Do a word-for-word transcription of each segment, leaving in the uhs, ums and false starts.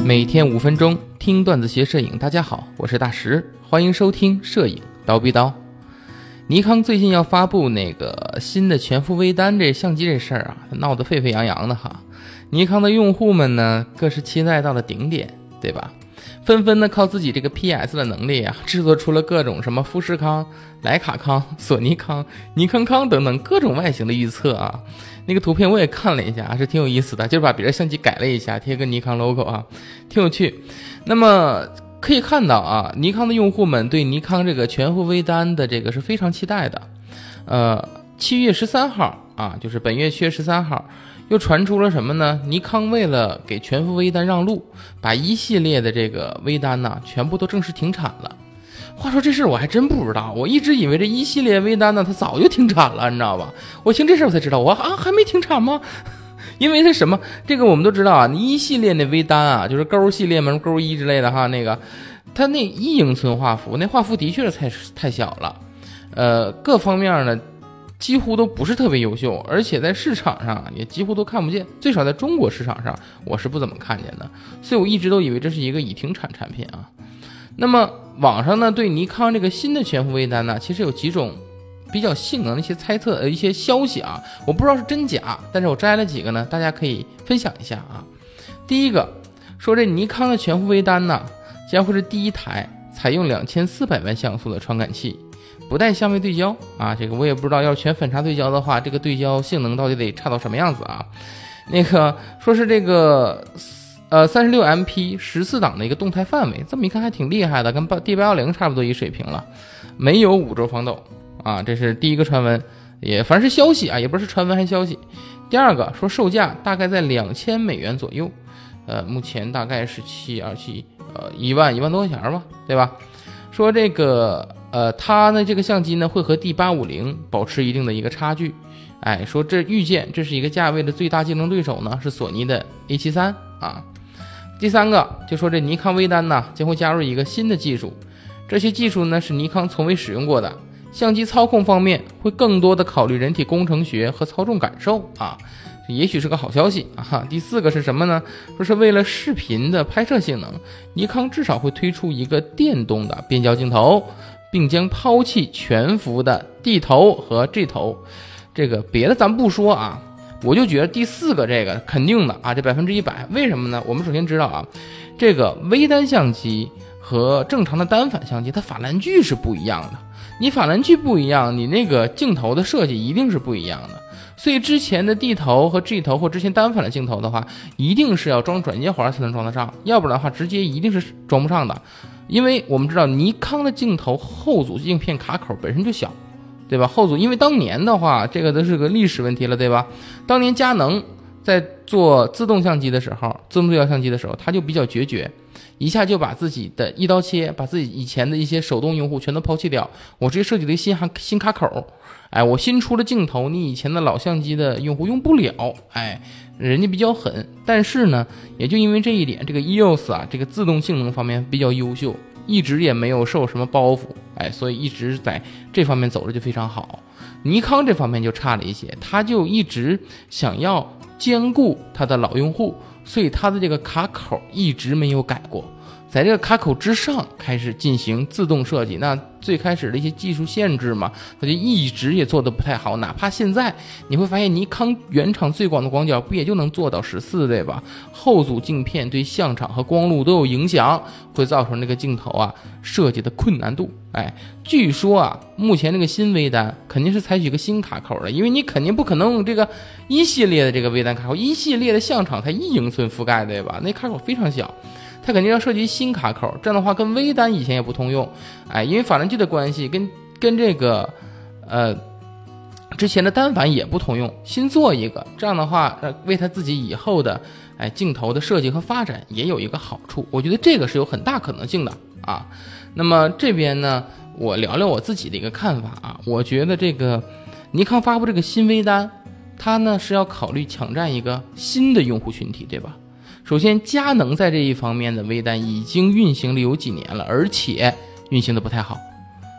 每天五分钟听段子学摄影，大家好，我是大石，欢迎收听摄影刀逼刀。尼康最近要发布那个新的全幅微单这相机这事儿啊，闹得沸沸扬扬的哈。尼康的用户们呢，更是期待到了顶点，对吧？纷纷的靠自己这个 P S 的能力啊，制作出了各种什么富士康、徕卡康、索尼康、尼康康等等各种外形的预测啊。那个图片我也看了一下，是挺有意思的，就是把别的相机改了一下，贴个尼康 logo 啊，挺有趣。那么可以看到啊，尼康的用户们对尼康这个全幅微单的这个是非常期待的。呃，七月十三号啊，就是本月七月十三号，又传出了什么呢？尼康为了给全幅微单让路，把一系列的这个微单呢，全部都正式停产了。话说这事我还真不知道，我一直以为这一系列微单呢，它早就停产了，你知道吧？我听这事我才知道，我啊还没停产吗？因为它什么，这个我们都知道啊，你一系列那微单啊，就是勾系列嘛，勾一之类的哈，那个它那一英寸画幅，那画幅的确是太太小了，呃，各方面呢几乎都不是特别优秀，而且在市场上也几乎都看不见，最少在中国市场上我是不怎么看见的，所以我一直都以为这是一个已停产产品啊。那么网上呢对尼康这个新的全幅微单呢，其实有几种比较性能的一些猜测呃一些消息啊，我不知道是真假，但是我摘了几个呢，大家可以分享一下啊。第一个说这尼康的全幅微单呢，将会是第一台采用两千四百万像素的传感器，不带相位对焦啊，这个我也不知道要全反差对焦的话，这个对焦性能到底得差到什么样子啊？那个说是这个呃 三十六 M P 十四档的一个动态范围，这么一看还挺厉害的，跟 D 八一零 差不多一水平了，没有五轴防抖啊，这是第一个传闻，也反正是消息啊，也不是传闻还是消息。第二个说售价大概在两千美元左右，呃，目前大概是七二七呃一万一万多块钱吧，对吧？说这个呃，它呢这个相机呢会和 D 八五零 保持一定的一个差距，哎，说这预见这是一个价位的最大竞争对手呢是索尼的 A 七十三 啊。第三个就说这尼康微单呢将会加入一个新的技术，这些技术呢是尼康从未使用过的，相机操控方面会更多的考虑人体工程学和操纵感受啊，也许是个好消息啊。第四个是什么呢？说是为了视频的拍摄性能，尼康至少会推出一个电动的变焦镜头，并将抛弃全幅的 D 头和 G 头。这个别的咱不说啊，我就觉得第四个这个肯定的啊，这百分之一百。为什么呢？我们首先知道啊，这个微单相机和正常的单反相机，它法兰距是不一样的。你法兰距不一样，你那个镜头的设计一定是不一样的。所以之前的 D 头和 G 头或之前单反的镜头的话，一定是要装转接环才能装得上，要不然的话直接一定是装不上的。因为我们知道尼康的镜头后组镜片卡口本身就小，对吧？后组因为当年的话，这个都是个历史问题了，对吧？当年佳能在做自动相机的时候，自动对焦相机的时候，它就比较决绝，一下就把自己的一刀切，把自己以前的一些手动用户全都抛弃掉，我直接设计了一个新新卡口，哎，我新出了镜头，你以前的老相机的用户用不了，哎，人家比较狠，但是呢，也就因为这一点，这个 E O S 啊，这个自动性能方面比较优秀，一直也没有受什么包袱，哎，所以一直在这方面走着就非常好。尼康这方面就差了一些，他就一直想要兼顾他的老用户，所以他的这个卡口一直没有改过，在这个卡口之上开始进行自动设计，那最开始的一些技术限制嘛，它就一直也做得不太好，哪怕现在你会发现尼康原厂最广的广角不也就能做到十四，对吧？后组镜片对相场和光路都有影响，会造成这个镜头啊设计的困难度。哎，据说啊，目前这个新微单肯定是采取一个新卡口的，因为你肯定不可能用这个一系列的这个微单卡口，一系列的相场才一英寸覆盖，对吧？那卡口非常小，它肯定要设计新卡口，这样的话跟微单以前也不通用，哎，因为法兰距的关系，跟跟这个呃之前的单反也不通用，新做一个，这样的话为他自己以后的哎镜头的设计和发展也有一个好处，我觉得这个是有很大可能性的啊。那么这边呢，我聊聊我自己的一个看法啊，我觉得这个尼康发布这个新微单，它呢是要考虑抢占一个新的用户群体，对吧？首先，佳能在这一方面的微单已经运行了有几年了，而且运行的不太好。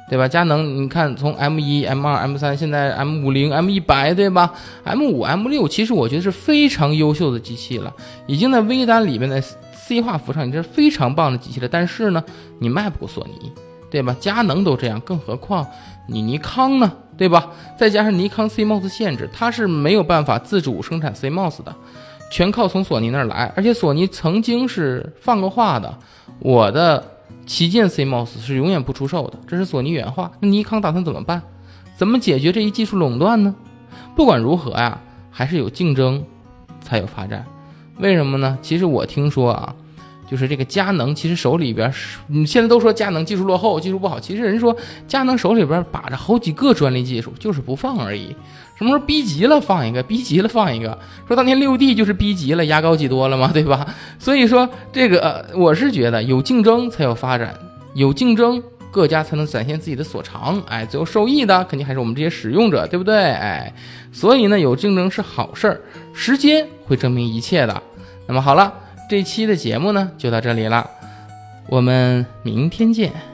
对吧？佳能你看从 M 一 M 二 M 三现在 M 五十 M 一百 对吧？ M 五 M 六其实我觉得是非常优秀的机器了，已经在微单里面的 C 画幅上，你这是非常棒的机器了。但是呢你卖不过索尼，对吧？佳能都这样，更何况你尼康呢，对吧？再加上尼康 C M O S 限制，它是没有办法自主生产 C M O S 的，全靠从索尼那儿来。而且索尼曾经是放过话的，我的旗舰 C M O S 是永远不出售的，这是索尼原话。那尼康打算怎么办？怎么解决这一技术垄断呢？不管如何呀，还是有竞争才有发展。为什么呢？其实我听说啊，就是这个佳能其实手里边，你现在都说佳能技术落后技术不好，其实人说佳能手里边把着好几个专利技术，就是不放而已。什么时候逼急了放一个，逼急了放一个，说当年 六 D 就是逼急了，牙膏挤多了嘛，对吧？所以说这个、呃、我是觉得有竞争才有发展，有竞争各家才能展现自己的所长，哎，最后受益的肯定还是我们这些使用者，对不对？哎，所以呢有竞争是好事儿，时间会证明一切的。那么好了，这期的节目呢就到这里了，我们明天见。